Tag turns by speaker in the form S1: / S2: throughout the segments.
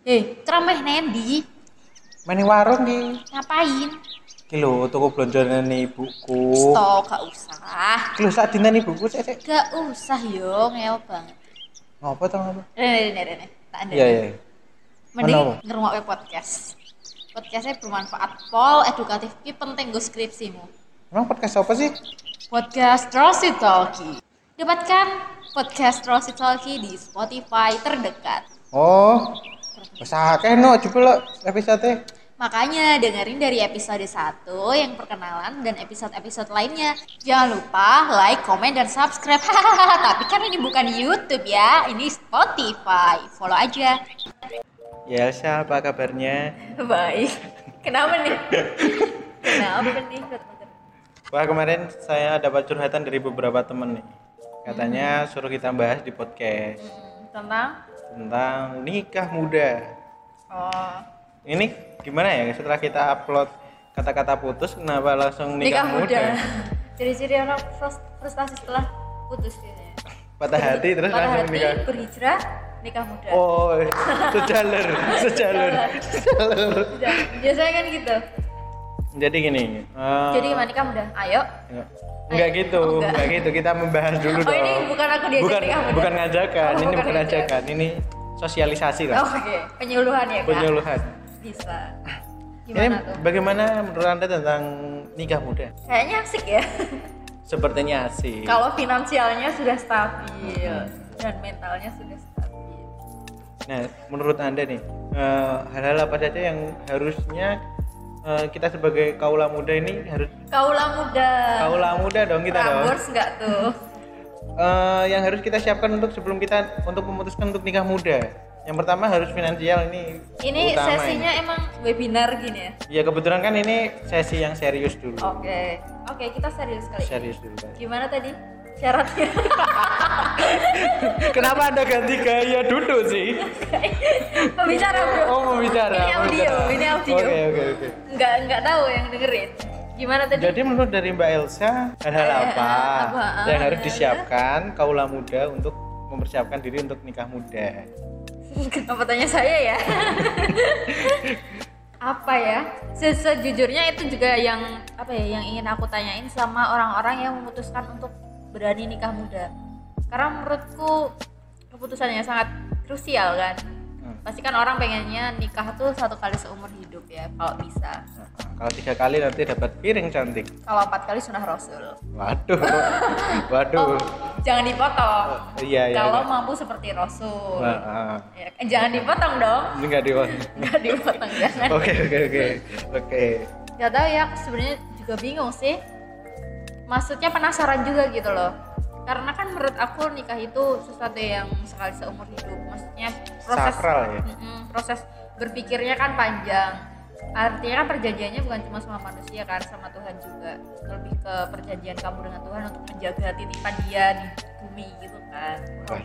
S1: Ceramah nendi?
S2: Main ning warung ki.
S1: Ngapain?
S2: Ki lho tuku blonjone ibuku.
S1: Stok, gak usah.
S2: Ki lho sak dinen ibuku sik.
S1: Gak usah yo, ngeyel banget.
S2: Ngopo to ngopo?
S1: Rene. Tak ada.
S2: Iya.
S1: Mending
S2: Kenapa?
S1: ngerungokne podcast. Podcastnya bermanfaat, pol, edukatif, ki penting go skripsimu.
S2: Emang podcast apa sih?
S1: Podcast Rossi Talkie. Dapatkan podcast Rossi Talkie di Spotify terdekat.
S2: Oh. Wis akeh no jebul episode.
S1: Makanya dengerin dari episode 1 yang perkenalan dan episode-episode lainnya. Jangan lupa like, komen, dan subscribe. Tapi kan ini bukan YouTube ya, ini Spotify. Follow aja.
S2: Ya Elsa, apa kabarnya?
S1: Baik. Kenapa nih? Kenapa nih?
S2: Wah, kemarin saya dapat curhatan dari beberapa temen nih. Katanya suruh kita bahas di podcast tentang nikah muda.
S1: Oh,
S2: Ini gimana ya setelah kita upload kata-kata putus kenapa langsung nikah muda?
S1: Ciri-ciri orang frustasi setelah putus gitu.
S2: Patah hati terus
S1: Patah
S2: langsung
S1: hati,
S2: nikah.
S1: berhijrah, nikah muda.
S2: Oh, sejalur.
S1: Biasanya kan gitu.
S2: Jadi gini.
S1: Jadi gimana nikah muda? Ayo.
S2: Enggak gitu,
S1: Oh, enggak.
S2: enggak gitu. Kita membahas dulu
S1: Oh,
S2: dong.
S1: ini bukan aku diajak nikah muda.
S2: Bukan ngajakan,
S1: Oh,
S2: ini
S1: bukan
S2: bukan
S1: ngajak.
S2: ajakan. Ini sosialisasi
S1: Oh,
S2: lah.
S1: Oke, penyuluhan ya, Kak?
S2: Penyuluhan.
S1: Bisa.
S2: Ini
S1: Gimana tuh?
S2: bagaimana menurut Anda tentang nikah muda?
S1: Kayaknya asik ya.
S2: Sepertinya asik.
S1: Kalau finansialnya sudah stabil dan mentalnya sudah stabil.
S2: Nah, menurut Anda nih, hal-hal apa saja yang harusnya kita sebagai kaula muda ini harus
S1: Kaula muda
S2: dong kita dong.
S1: Prambors nggak tuh?
S2: Yang harus kita siapkan untuk memutuskan untuk nikah muda. Yang pertama harus finansial ini utama
S1: sesinya
S2: ini.
S1: emang webinar gini ya?
S2: Ya kebetulan kan ini sesi yang serius dulu.
S1: Oke, kita serius kali.
S2: Serius dulu kan.
S1: Gimana tadi syaratnya?
S2: Kenapa Anda ganti gaya duduk sih?
S1: Pembicara bro.
S2: Oh, mau bicara.
S1: Ini audio.
S2: Oke.
S1: Nggak tahu yang dengerin. Gimana tadi?
S2: Jadi menurut dari Mbak Elsa, hal-hal apa yang harus disiapkan kaula muda untuk mempersiapkan diri untuk nikah muda?
S1: Kenapa tanya saya ya? Apa ya? Sejujurnya itu juga yang ingin aku tanyain sama orang-orang yang memutuskan untuk berani nikah muda. Karena menurutku keputusannya sangat krusial kan. Pasti kan orang pengennya nikah tuh 1 kali seumur hidup ya, kalau bisa.
S2: Kalau 3 kali nanti dapat piring cantik.
S1: Kalau 4 kali sunah rasul.
S2: Waduh.
S1: Oh, jangan dipotong.
S2: Iya.
S1: Kalau mampu seperti rasul.
S2: Nah,
S1: Ya, jangan dipotong dong.
S2: ini nggak diwan.
S1: Nggak dipotong jangan.
S2: Oke.
S1: Gak tahu ya, aku sebenarnya juga bingung sih. Maksudnya penasaran juga gitu loh. Karena kan menurut aku nikah itu sesuatu yang sekali seumur hidup. Maksudnya
S2: Sakral ya?
S1: Proses berpikirnya kan panjang. Artinya kan perjanjiannya bukan cuma sama manusia kan, sama Tuhan juga. Lebih ke perjanjian kamu dengan Tuhan untuk menjaga titipan dia di bumi gitu kan.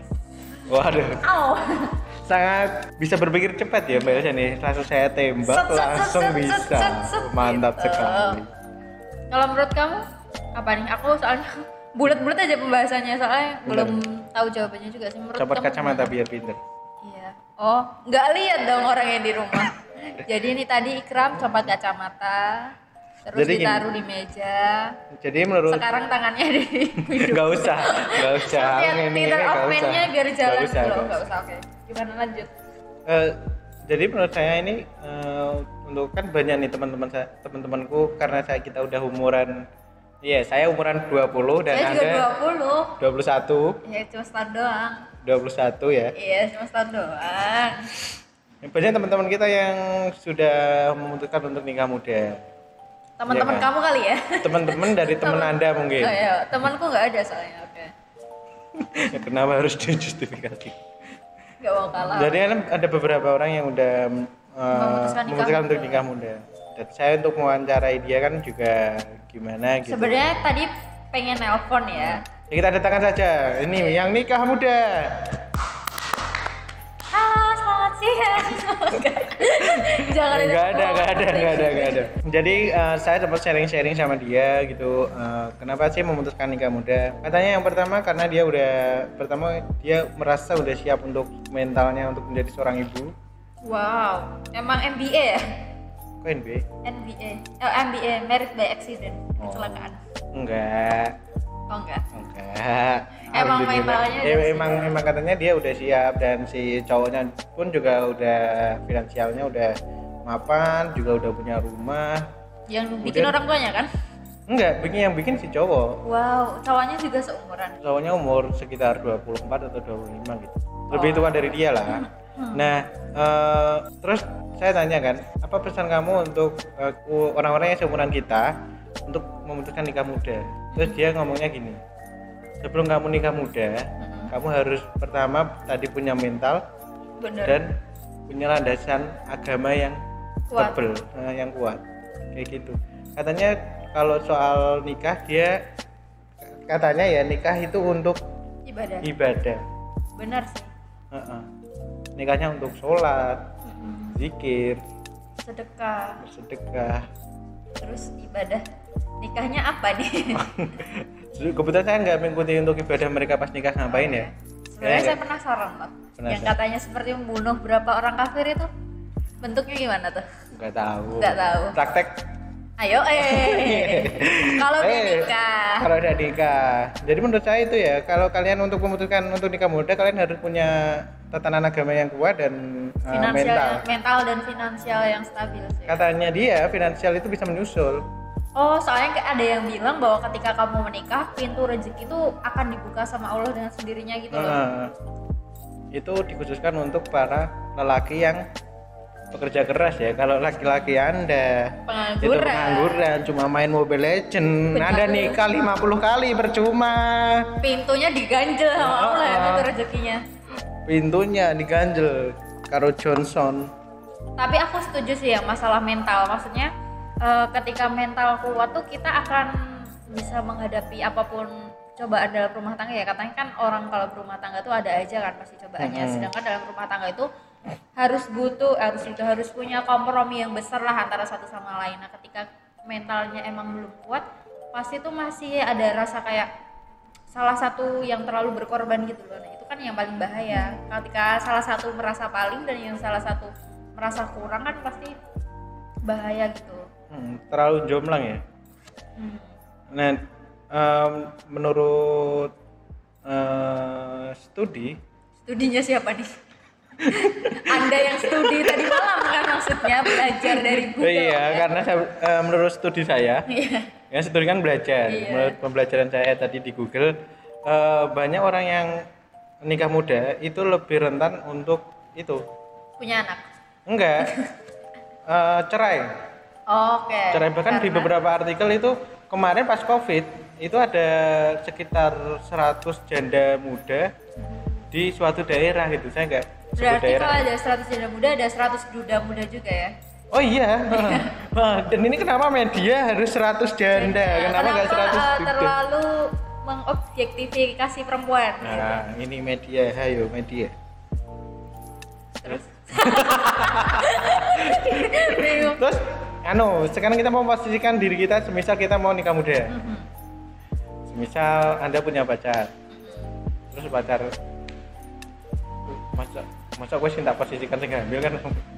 S2: Waduh.
S1: Oh.
S2: Sangat bisa berpikir cepat ya Mbak Elsa nih. Langsung saya tembak langsung bisa. Mantap
S1: gitu.
S2: sekali.
S1: Kalau menurut kamu apa nih? Aku soalnya bulat-bulat aja pembahasannya soalnya belum tahu jawabannya juga sih. Menurut
S2: Copot
S1: kamu
S2: kacamata
S1: gimana?
S2: biar pinter.
S1: Iya. Oh, nggak lihat dong orang yang di rumah. Jadi ini tadi Ikram copot kacamata, terus
S2: Jadi gini.
S1: ditaruh di meja.
S2: Jadi menurut
S1: Sekarang tangannya di hidung.
S2: nggak usah.
S1: Lihat Twitter of man-nya biar jalan
S2: Nggak
S1: dulu.
S2: usah.
S1: Nggak usah. Oke. Gimana lanjut?
S2: Jadi menurut saya ini untuk kan banyak nih teman-temanku karena kita udah umuran. Iya, saya umuran 20 dan
S1: Saya juga
S2: Anda
S1: 20.
S2: 21.
S1: Ya cuma setahun doang.
S2: 21 ya.
S1: Iya, cuma setahun doang.
S2: Banyak teman-teman kita yang sudah memutuskan untuk nikah muda.
S1: Teman-teman
S2: Iya kan?
S1: kamu kali ya?
S2: Teman-teman dari teman Anda mungkin.
S1: Oh iya, temanku nggak ada soalnya. Oke.
S2: Kenapa harus dijustifikasi?
S1: Nggak mau kalah.
S2: Jadi ada beberapa orang yang udah memutuskan untuk nikah muda. Dan saya untuk mewawancarai dia kan juga gimana gitu.
S1: Sebenarnya tadi pengen nelpon ya.
S2: Ya, kita datangkan saja. Ini yang nikah muda.
S1: Halo, selamat siang. Jangan
S2: Enggak ada. Jadi saya sempat sharing-sharing sama dia gitu. Kenapa sih memutuskan nikah muda? Katanya yang pertama karena dia merasa udah siap untuk mentalnya untuk menjadi seorang ibu.
S1: Wow, emang MBA ya?
S2: Kok NBA?
S1: MBA, Married by Accident, kecelakaan.
S2: Enggak.
S1: Oh enggak?
S2: Enggak.
S1: Emang
S2: Alhamdulillah.
S1: mentalnya udah
S2: emang katanya dia udah siap, dan si cowoknya pun juga udah finansialnya udah mapan, juga udah punya rumah.
S1: Yang bikin orang tuanya kan?
S2: Enggak, yang bikin si cowok.
S1: Wow, cowoknya juga seumuran.
S2: Cowoknya umur sekitar 24 atau 25 gitu. Lebih tua dari dia lah. Nah, terus saya tanya kan, apa pesan kamu untuk orang-orang yang seumuran kita untuk memutuskan nikah muda? Terus dia ngomongnya gini, sebelum kamu nikah muda, kamu harus pertama tadi punya mental.
S1: Bener.
S2: Dan punya landasan agama yang
S1: Kuat.
S2: tebel, yang kuat, kayak gitu. Katanya kalau soal nikah, dia katanya ya nikah itu untuk ibadah.
S1: Benar sih.
S2: Nikahnya untuk sholat, zikir,
S1: sedekah, terus ibadah. Nikahnya apa nih?
S2: Kebetulan saya nggak mengikuti untuk ibadah mereka pas nikah ngapain ya.
S1: Sebenarnya saya penasaran loh. Yang katanya seperti membunuh berapa orang kafir itu bentuknya gimana tuh?
S2: Nggak tahu. Praktek.
S1: Ayo, kalau udah nikah.
S2: Kalau udah nikah. Jadi menurut saya itu ya, kalau kalian untuk memutuskan untuk nikah muda, kalian harus punya tatanan agama yang kuat dan
S1: mental dan finansial yang stabil sih.
S2: Katanya dia finansial itu bisa menyusul.
S1: Oh, soalnya ada yang bilang bahwa ketika kamu menikah, pintu rezeki itu akan dibuka sama Allah dengan sendirinya gitu loh.
S2: Itu dikhususkan untuk para lelaki yang pekerja keras ya. Kalau laki-laki Anda itu pengangguran, cuma main Mobile Legend, Anda nikah 50 kali percuma.
S1: Pintunya diganjel sama Allah ya, pintu rezekinya.
S2: Pintunya diganjel karo Johnson.
S1: Tapi aku setuju sih yang masalah mental. Maksudnya ketika mental kuat tuh kita akan bisa menghadapi apapun cobaan dalam rumah tangga ya. Katanya kan orang kalau berumah tangga tuh ada aja kan pasti cobaannya. Sedangkan dalam rumah tangga itu harus punya kompromi yang besar lah antara satu sama lain. Nah, ketika mentalnya emang belum kuat, pasti tuh masih ada rasa kayak salah satu yang terlalu berkorban gitu loh. Nah, itu kan yang paling bahaya. Ketika salah satu merasa paling dan yang salah satu merasa kurang kan pasti bahaya gitu.
S2: Terlalu jomplang ya. Nah, menurut studinya
S1: siapa nih? Anda yang studi tadi malam kan maksudnya belajar dari Google.
S2: Iya, karena menurut studi saya, ya studi kan belajar. Menurut pembelajaran saya tadi di Google, banyak orang yang nikah muda itu lebih rentan untuk itu.
S1: Punya anak?
S2: Enggak. Cerai.
S1: Oke.
S2: Cerai, bahkan di beberapa artikel itu kemarin pas Covid itu ada sekitar 100 janda muda di suatu daerah gitu. Saya enggak
S1: berarti kalau ada 100 janda muda ada 100 duda muda juga ya?
S2: Oh iya. Dan ini kenapa media harus 100 janda? Kenapa enggak 100 duda?
S1: Terlalu mengobjektifikasi perempuan.
S2: Nah, gitu. Ini media, hayo media. Terus sekarang kita mau posisikan diri kita semisal kita mau nikah muda. Semisal Anda punya pacar. Terus pacar masa gue sih tak posisikan sing hamil kan.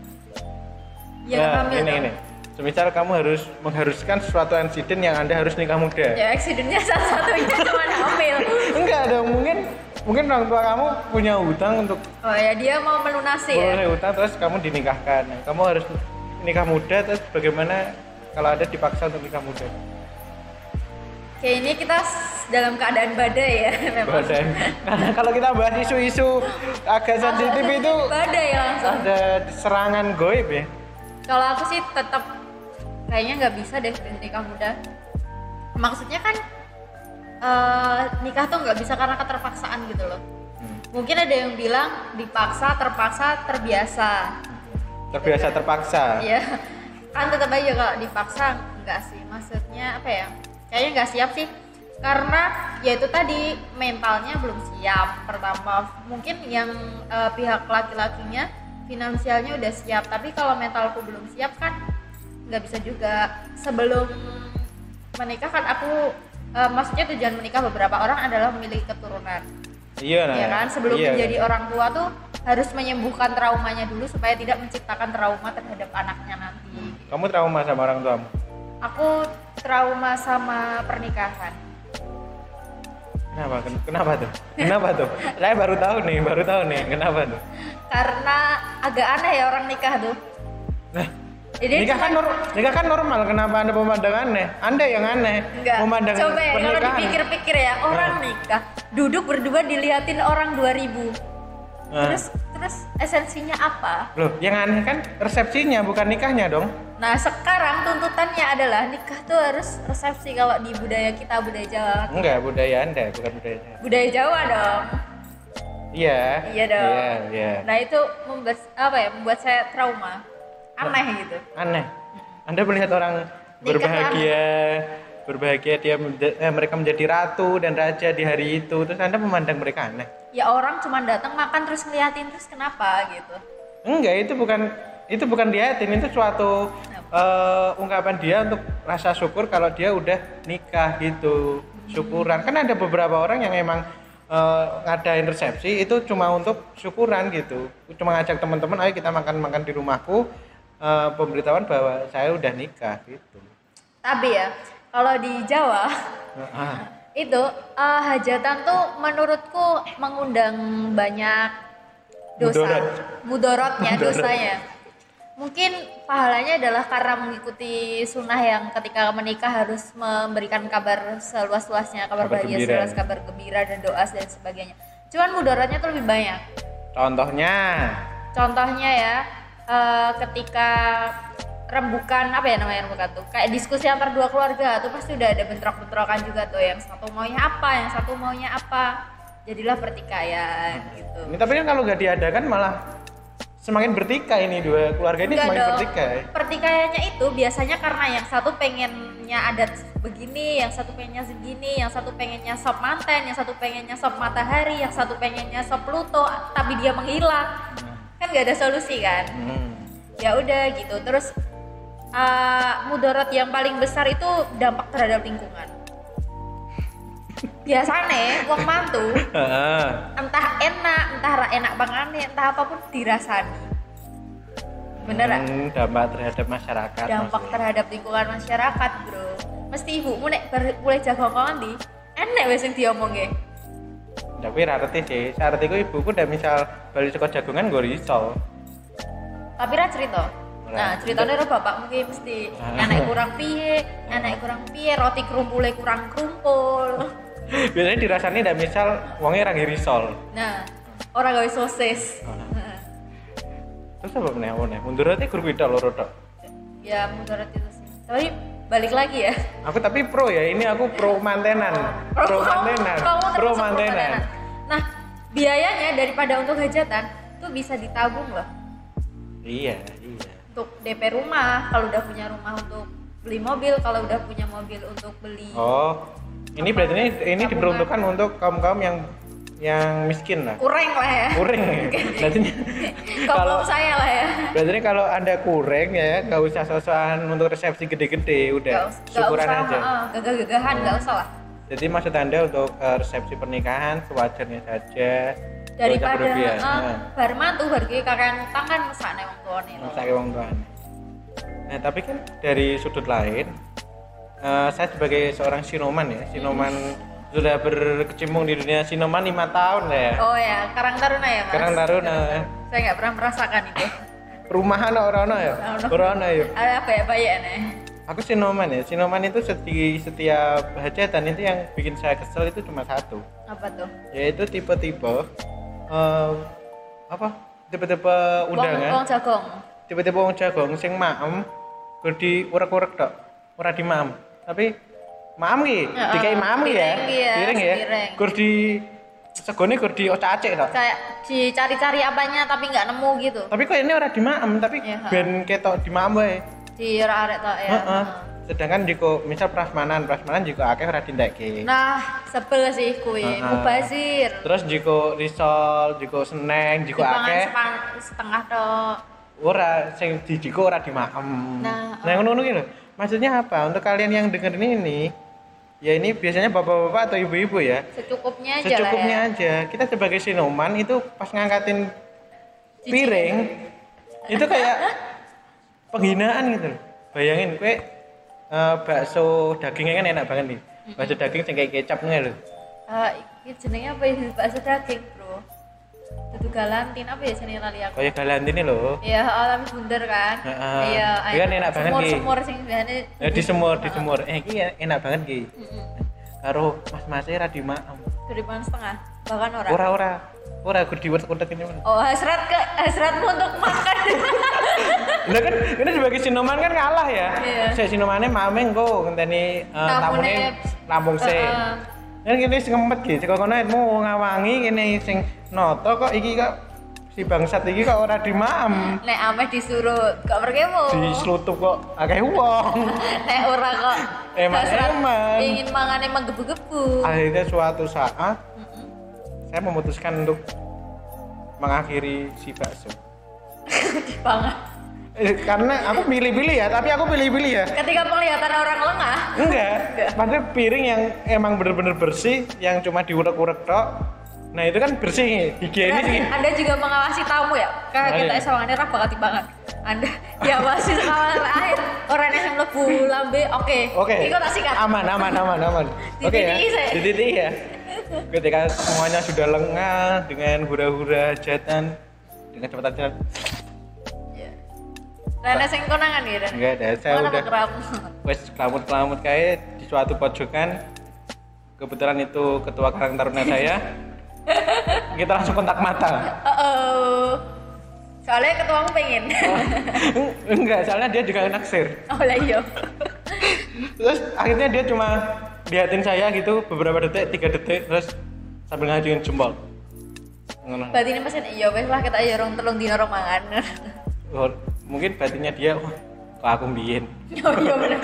S1: Ya,
S2: ini. Semisal kamu harus mengharuskan suatu insiden yang Anda harus nikah muda.
S1: Ya, insidennya salah satunya cuma hamil.
S2: Enggak dong, mungkin orang tua kamu punya hutang untuk.
S1: Oh ya, dia mau melunasi ya.
S2: Hutang terus kamu dinikahkan. Kamu harus nikah muda, terus bagaimana kalau Anda dipaksa untuk nikah muda?
S1: Kayak ini kita dalam keadaan badai ya memang.
S2: Badai. Nah, kalau kita bahas isu-isu agak sensitif itu
S1: badai langsung.
S2: Ada serangan goib ya.
S1: Kalau aku sih tetap kayaknya nggak bisa deh nikah muda. Maksudnya kan nikah tuh nggak bisa karena keterpaksaan gitu loh. Mungkin ada yang bilang dipaksa, terpaksa, terbiasa.
S2: Terbiasa terpaksa.
S1: Iya. Kan tetap aja kalau dipaksa enggak sih. Maksudnya apa ya? Kayaknya nggak siap sih. Karena ya itu tadi mentalnya belum siap. Pertama, mungkin yang pihak laki-lakinya finansialnya udah siap, tapi kalau mentalku belum siap kan nggak bisa juga. Sebelum menikah kan aku maksudnya tujuan menikah beberapa orang adalah memiliki keturunan.
S2: Iya, nah.
S1: Ya kan, sebelum menjadi orang tua tuh harus menyembuhkan traumanya dulu supaya tidak menciptakan trauma terhadap anaknya nanti.
S2: Kamu trauma sama orang tuamu?
S1: Aku trauma sama pernikahan.
S2: Kenapa tuh? Kenapa tuh? Saya baru tahu nih, kenapa tuh?
S1: Karena agak aneh ya orang nikah tuh.
S2: Nah,
S1: Jadi
S2: nikah kan normal, kenapa Anda memandang aneh? Anda yang aneh.
S1: enggak.
S2: Memandang
S1: Coba ya, kalau
S2: pernikahan.
S1: dipikir-pikir ya, orang nikah, duduk berdua diliatin orang 2000. Terus esensinya apa?
S2: Loh, yang aneh kan resepsinya bukan nikahnya dong.
S1: Nah, sekarang tuntutannya adalah nikah tuh harus resepsi kalau di budaya kita, budaya Jawa.
S2: Enggak, budaya Anda, bukan budaya saya.
S1: Budaya Jawa dong.
S2: Iya.
S1: Iya dong.
S2: Iya.
S1: Nah, itu membuat saya trauma. Aneh gitu.
S2: Aneh. Anda melihat orang berbahagia mereka menjadi ratu dan raja di hari itu, terus Anda memandang mereka aneh.
S1: Ya orang cuma datang makan terus ngeliatin terus kenapa gitu.
S2: Enggak, itu bukan liatin, itu suatu ungkapan dia untuk rasa syukur kalau dia udah nikah gitu. Syukuran. Kan ada beberapa orang yang emang ngadain resepsi itu cuma untuk syukuran gitu. Cuma ngajak teman-teman, ayo kita makan di rumahku. Pemberitahuan bahwa saya udah nikah gitu.
S1: Tapi ya, kalau di Jawa itu hajatan tuh menurutku mengundang banyak dosa, mudorotnya, dosanya. Mungkin pahalanya adalah karena mengikuti sunnah yang ketika menikah harus memberikan kabar seluas-luasnya, kabar bahagia, seluas kabar gembira dan doa dan sebagainya. Cuman mudorotnya tuh lebih banyak. Contohnya ya, ketika rembukan rembukan tuh kayak diskusi antar dua keluarga tuh pasti udah ada bentrok-bentrokan juga tuh, yang satu maunya apa, jadilah pertikaian gitu.
S2: Ini tapi kan kalau nggak diadakan malah semakin bertikai, ini dua keluarga ini semakin bertikai.
S1: Pertikaiannya itu biasanya karena yang satu pengennya adat begini, yang satu pengennya segini, yang satu pengennya sop manten, yang satu pengennya sop matahari, yang satu pengennya sop Pluto, tapi dia menghilang. Kan nggak ada solusi kan. Ya udah gitu. Terus mudarat yang paling besar itu dampak terhadap lingkungan. Biasanya wong mantu entah enak, entah enak banget, entah apapun dirasani. Bener gak?
S2: Dampak terhadap masyarakat.
S1: Dampak terhadap lingkungan masyarakat, bro. Mesti ibumu nek boleh jago kondi, enek wis sing diomongke.
S2: Tapi rareti sih, saat itu ibuku udah misal balik sekolah jagongan gue risol.
S1: Tapi ra cerita. Nah, ceritanya karo bapak mungkin mesti anak kurang piye, roti kerumpule kurang kerumpul.
S2: Biasanya dirasani ndak misal wonge ra risol.
S1: Nah, orang gawe sosis.
S2: Terus apa meneh? Mundurate grup itu loro tok.
S1: Ya, mundurat itu sih. Tapi balik lagi ya.
S2: Aku tapi pro ya, ini aku pro mantenan. Pro mantenan.
S1: Nah, biayanya daripada untuk hajatan tuh bisa ditabung loh.
S2: Iya.
S1: Untuk DP rumah, kalau udah punya rumah untuk beli mobil, kalau udah punya mobil untuk beli.
S2: Oh, ini berarti ini diperuntukkan untuk kaum yang miskin lah.
S1: Kurang lah ya.
S2: Berarti
S1: kalau saya lah ya.
S2: Berarti kalau Anda kurang ya, nggak usah sosokan untuk resepsi gede-gede, udah syukuran aja.
S1: Gagah-gagahan nggak usah lah.
S2: Jadi maksud Anda untuk resepsi pernikahan sewajarnya saja.
S1: Daripada bar mantu bar kakean tangan mesakne wong tuane.
S2: Wong tuane. Nah, tapi kan dari sudut lain saya sebagai seorang sinoman sudah berkecimpung di dunia sinoman 5 tahun ya.
S1: Oh ya, Karang Taruna ya, Mas.
S2: Karang Taruna.
S1: Saya nggak pernah merasakan itu.
S2: Perumahan orang ya.
S1: Ada apa ya bayarnya?
S2: Aku sinoman ya. Sinoman itu setiap hajatan itu yang bikin saya kesel itu cuma satu.
S1: Apa tuh?
S2: Yaitu tipe-tipe tipe-tipe undangan.
S1: Wong jagong.
S2: Tipe-tipe wong jagong sing maem gur di urek-urek tok. Ora di maem. Tapi maem ki, dikai maem ki ya. Piring ya. Gur di segone gur di ocak-acik tok.
S1: Kayak dicari-cari apanya tapi nggak nemu gitu.
S2: Tapi kok ini ora di maem, tapi ben ketok di maem wae.
S1: Di arek tok ya.
S2: Sedangkan jika misal prasmanan juga akeh ora dindekke.
S1: Nah, sebel sih kuwi, mubazir.
S2: Terus jika risol, jika seneng, jika akeh
S1: setengah tok.
S2: Ora sing dijiko ora dimaem. Nah, ngono-ngono ki lho. Maksudnya apa? Untuk kalian yang dengerin ini, ya ini biasanya bapak-bapak atau ibu-ibu ya.
S1: Secukupnya
S2: aja. Kita sebagai sinoman itu pas ngangkatin piring itu kayak penghinaan gitu loh. Bayangin kowe bakso dagingnya kan enak banget nih. Bakso daging sing kayak kecap nih lho.
S1: Iki jenenge apa ya bakso daging, Bro? Dudu galantin apa ya jenenge lali aku.
S2: Kayak galantin ini lho.
S1: Iya, tapi bunder kan. Iya,
S2: Ini kan enak banget ki.
S1: Semur sing biasane
S2: Disemur. Iki enak banget ki. Karo mas-mase ra dimaem.
S1: 2,5 bahkan ora.
S2: Ora aku diwet-wet ini.
S1: Oh, hasratmu untuk makan.
S2: Nah kan ini sebagai sinoman kan ngalah ya.
S1: Iya.
S2: Saya sinomane mame engko ngenteni tamune Lampung se. Kan kene sing ngempet ki, saka kono mau ngawangi kene sing noto kok iki kok si bangsat iki kok ora dimaem.
S1: Nek ameh disuruh kok merkemu.
S2: Dislutup kok akeh wong.
S1: Nek ora kok.
S2: Eman.
S1: Ingin mangane menggebu-gebu.
S2: Akhirnya suatu saat saya memutuskan untuk mengakhiri si bakso.
S1: Dipangan.
S2: Karena aku pilih-pilih ya, tapi aku pilih-pilih ya.
S1: Ketika penglihatan orang lengah.
S2: Enggak. Padahal piring yang emang bener-bener bersih, yang cuma diurek-urek tok. Nah itu kan bersih, higienis sih.
S1: Anda juga mengawasi tamu ya? Karena kita sawangannya rah bakal banget. Anda diawasi sekali akhir orang yang mlebu lambe, oke. Iku tak sikat.
S2: Aman. Oke ya. Titik ya. Ketika semuanya sudah lengah dengan hura-hura hajatan dengan cepat-cepat.
S1: Rana sing konangan ya?
S2: Enggak ada, saya udah wes kelamut-kelamut kayak di suatu pojokan. Kebetulan itu ketua Karang Taruna saya. Kita langsung kontak mata.
S1: Soalnya ketuamu pengen.
S2: Enggak, soalnya dia juga naksir.
S1: Oh lah iya.
S2: Terus akhirnya dia cuma liatin saya gitu beberapa detik, 3 detik, terus sambil ngajungin jempol.
S1: Berarti ini mesin iya wes lah kita aja telung dino rong mangan.
S2: Mungkin batinnya dia, wah kok aku mbiyen.
S1: Oh iya bener.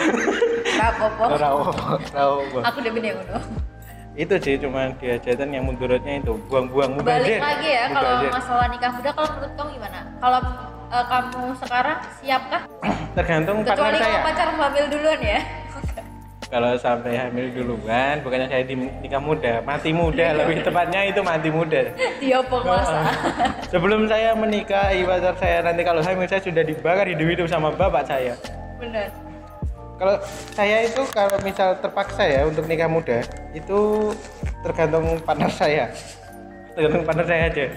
S1: Ora
S2: apa.
S1: Aku udah bener ngono.
S2: Itu sih cuma diajatan yang mundurnya itu buang-buang
S1: mubazir. Balik lagi ya kalau masalah nikah muda, kalau menurut kamu gimana? Kalau kamu sekarang siapkah?
S2: Tergantung partner saya.
S1: Kecuali kalau pacaran hamil duluan ya.
S2: Kalau sampai hamil duluan, bukannya saya di nikah muda, mati muda lebih tepatnya itu mati muda.
S1: Diopong masa.
S2: Sebelum saya menikahi pacar saya, nanti kalau hamil saya sudah dibakar hidup-hidup sama bapak saya.
S1: Benar.
S2: Kalau saya itu kalau misal terpaksa ya untuk nikah muda, itu tergantung partner saya. Tergantung partner saya aja.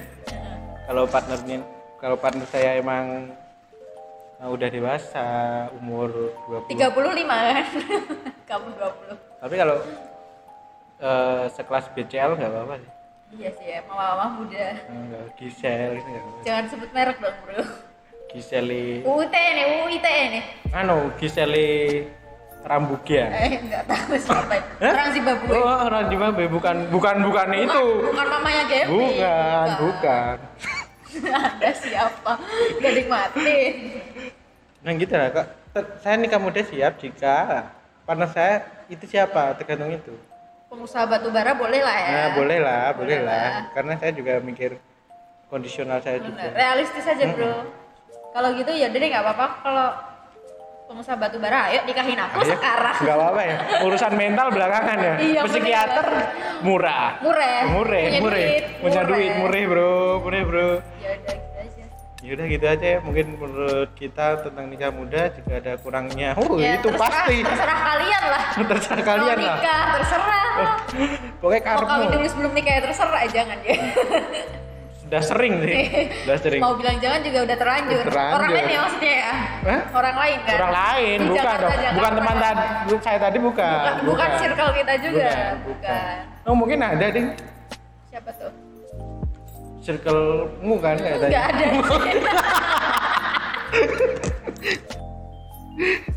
S2: Kalau partner saya emang udah dewasa, umur 20.
S1: 35 kan? Kamu 20.
S2: Tapi kalau sekelas BCL nggak apa-apa sih.
S1: Iya sih ya, mama muda.
S2: Enggak, Gisel ini nggak apa-apa.
S1: Jangan sebut merek dong, Bro.
S2: Giseli.
S1: UITE nih.
S2: Giseli Rambugia.
S1: Enggak tahu siapa itu. Orang Zimbabwe.
S2: Oh, orang Zimbabwe, bukan itu.
S1: Bukan mamanya Gavin.
S2: Bukan.
S1: Anda siapa? Gak nikmatin.
S2: Nah gitu lah kak. Saya nikah muda siap jika partner saya itu siapa, tergantung itu.
S1: Pengusaha batubara boleh lah ya.
S2: Nah boleh lah. Karena saya juga mikir kondisional saya juga.
S1: Realistis aja bro. Kalau gitu ya udah deh nggak apa-apa. Kalau pengusaha batubara, ayo nikahin aku sekarang.
S2: Nggak apa-apa ya. Urusan mental belakangan ya.
S1: Iya,
S2: psikiater murah. Punya duit, murah bro. Ya udah gitu aja ya. Mungkin menurut kita tentang nikah muda jika ada kurangnya.
S1: Ya,
S2: itu pasti.
S1: Terserah kalian lah.
S2: Terserah kalian lah.
S1: Nikah terserah.
S2: Pokoknya karepmu.
S1: Mau kawin dulu sebelum nikah ya terserah, jangan ya.
S2: Udah sering sih.
S1: Mau bilang jangan juga udah terlanjur. Orang lain ya maksudnya ya? Orang lain kan?
S2: Orang lain, bukan dong. Bukan teman saya tadi bukan.
S1: Bukan circle kita juga. Bukan.
S2: Oh mungkin ada deh.
S1: Siapa tuh?
S2: Circle-mu kan?
S1: Enggak ada.